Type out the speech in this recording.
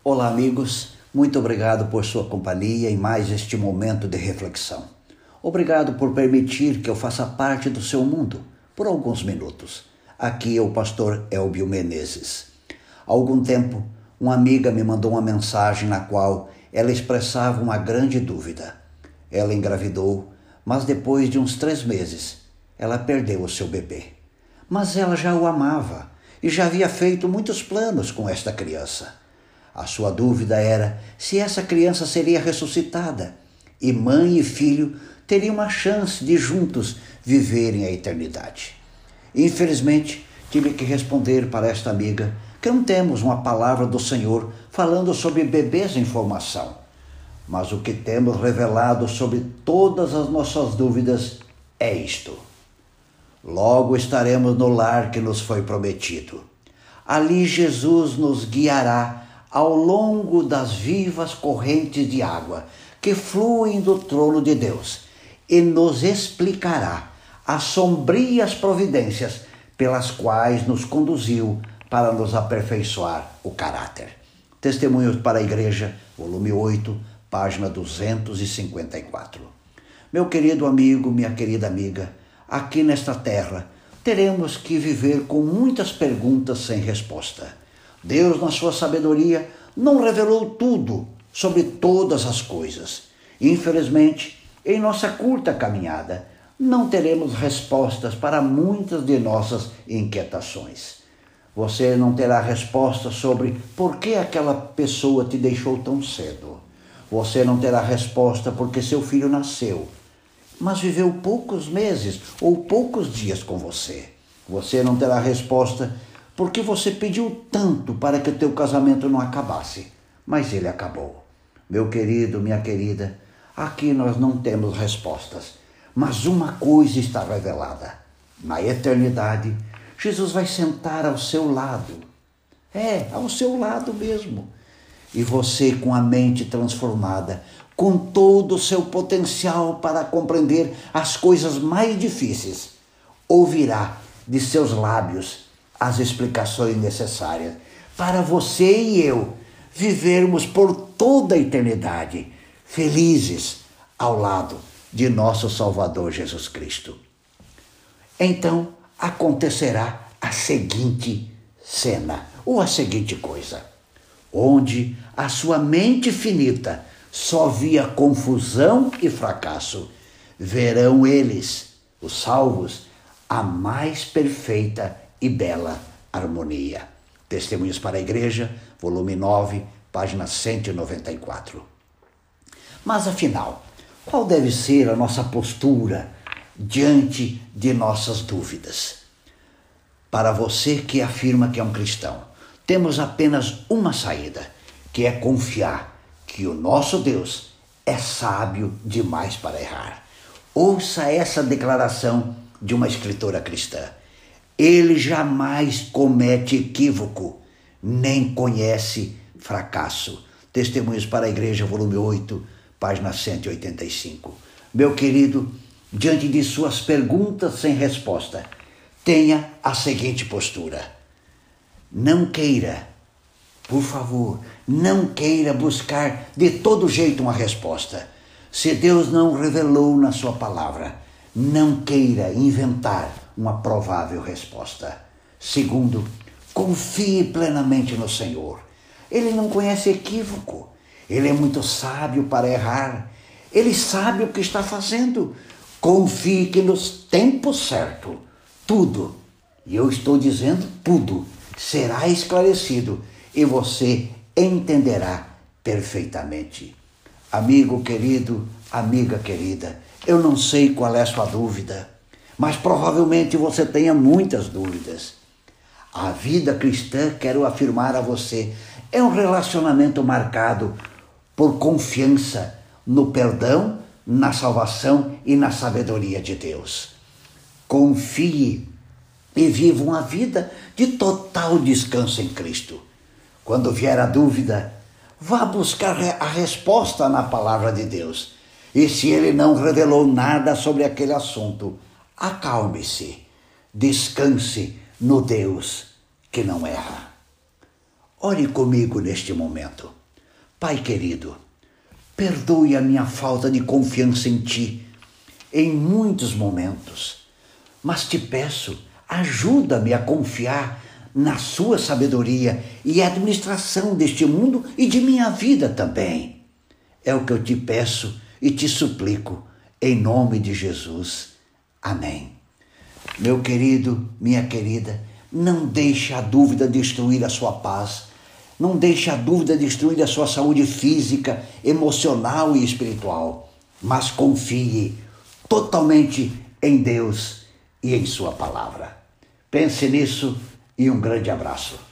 Olá, amigos. Muito obrigado por sua companhia em mais este momento de reflexão. Obrigado por permitir que eu faça parte do seu mundo por alguns minutos. Aqui é o pastor Elbio Menezes. Há algum tempo, uma amiga me mandou uma mensagem na qual ela expressava uma grande dúvida. Ela engravidou, mas depois de uns 3 meses, ela perdeu o seu bebê. Mas ela já o amava e já havia feito muitos planos com esta criança. A sua dúvida era se essa criança seria ressuscitada e mãe e filho teriam uma chance de juntos viverem a eternidade. Infelizmente, tive que responder para esta amiga que não temos uma palavra do Senhor falando sobre bebês em formação. Mas o que temos revelado sobre todas as nossas dúvidas é isto. Logo estaremos no lar que nos foi prometido. Ali Jesus nos guiará ao longo das vivas correntes de água que fluem do trono de Deus e nos explicará as sombrias providências pelas quais nos conduziu para nos aperfeiçoar o caráter. Testemunhos para a Igreja, volume 8, página 254. Meu querido amigo, minha querida amiga, aqui nesta terra teremos que viver com muitas perguntas sem resposta. Deus, na sua sabedoria, não revelou tudo sobre todas as coisas. Infelizmente, em nossa curta caminhada, não teremos respostas para muitas de nossas inquietações. Você não terá resposta sobre por que aquela pessoa te deixou tão cedo. Você não terá resposta porque seu filho nasceu, mas viveu poucos meses ou poucos dias com você. Você não terá resposta porque você pediu tanto para que o teu casamento não acabasse, mas ele acabou. Meu querido, minha querida, aqui nós não temos respostas, mas uma coisa está revelada. Na eternidade, Jesus vai sentar ao seu lado. Ao seu lado mesmo. E você, com a mente transformada, com todo o seu potencial para compreender as coisas mais difíceis, ouvirá de seus lábios as explicações necessárias para você e eu vivermos por toda a eternidade felizes ao lado de nosso Salvador Jesus Cristo. Então acontecerá a seguinte cena, ou a seguinte coisa, onde a sua mente finita só via confusão e fracasso, verão eles, os salvos, a mais perfeita e bela harmonia. Testemunhos para a Igreja, volume 9, página 194. Mas afinal, qual deve ser a nossa postura diante de nossas dúvidas? Para você que afirma que é um cristão, temos apenas uma saída, que é confiar que o nosso Deus é sábio demais para errar. Ouça essa declaração de uma escritora cristã. Ele jamais comete equívoco, nem conhece fracasso. Testemunhos para a Igreja, volume 8, página 185. Meu querido, diante de suas perguntas sem resposta, tenha a seguinte postura. Não queira, por favor, não queira buscar de todo jeito uma resposta. Se Deus não revelou na sua palavra, não queira inventar uma provável resposta. Segundo, confie plenamente no Senhor. Ele não conhece equívoco. Ele é muito sábio para errar. Ele sabe o que está fazendo. Confie que no tempo certo, tudo, e eu estou dizendo tudo, será esclarecido e você entenderá perfeitamente. Amigo querido, amiga querida, eu não sei qual é a sua dúvida, mas provavelmente você tenha muitas dúvidas. A vida cristã, quero afirmar a você, é um relacionamento marcado por confiança no perdão, na salvação e na sabedoria de Deus. Confie e viva uma vida de total descanso em Cristo. Quando vier a dúvida, vá buscar a resposta na palavra de Deus. E se ele não revelou nada sobre aquele assunto, acalme-se, descanse no Deus que não erra. Ore comigo neste momento. Pai querido, perdoe a minha falta de confiança em Ti em muitos momentos, mas te peço, ajuda-me a confiar na Sua sabedoria e administração deste mundo e de minha vida também. É o que eu te peço e te suplico, em nome de Jesus. Amém. Meu querido, minha querida, não deixe a dúvida destruir a sua paz. Não deixe a dúvida destruir a sua saúde física, emocional e espiritual. Mas confie totalmente em Deus e em sua palavra. Pense nisso e um grande abraço.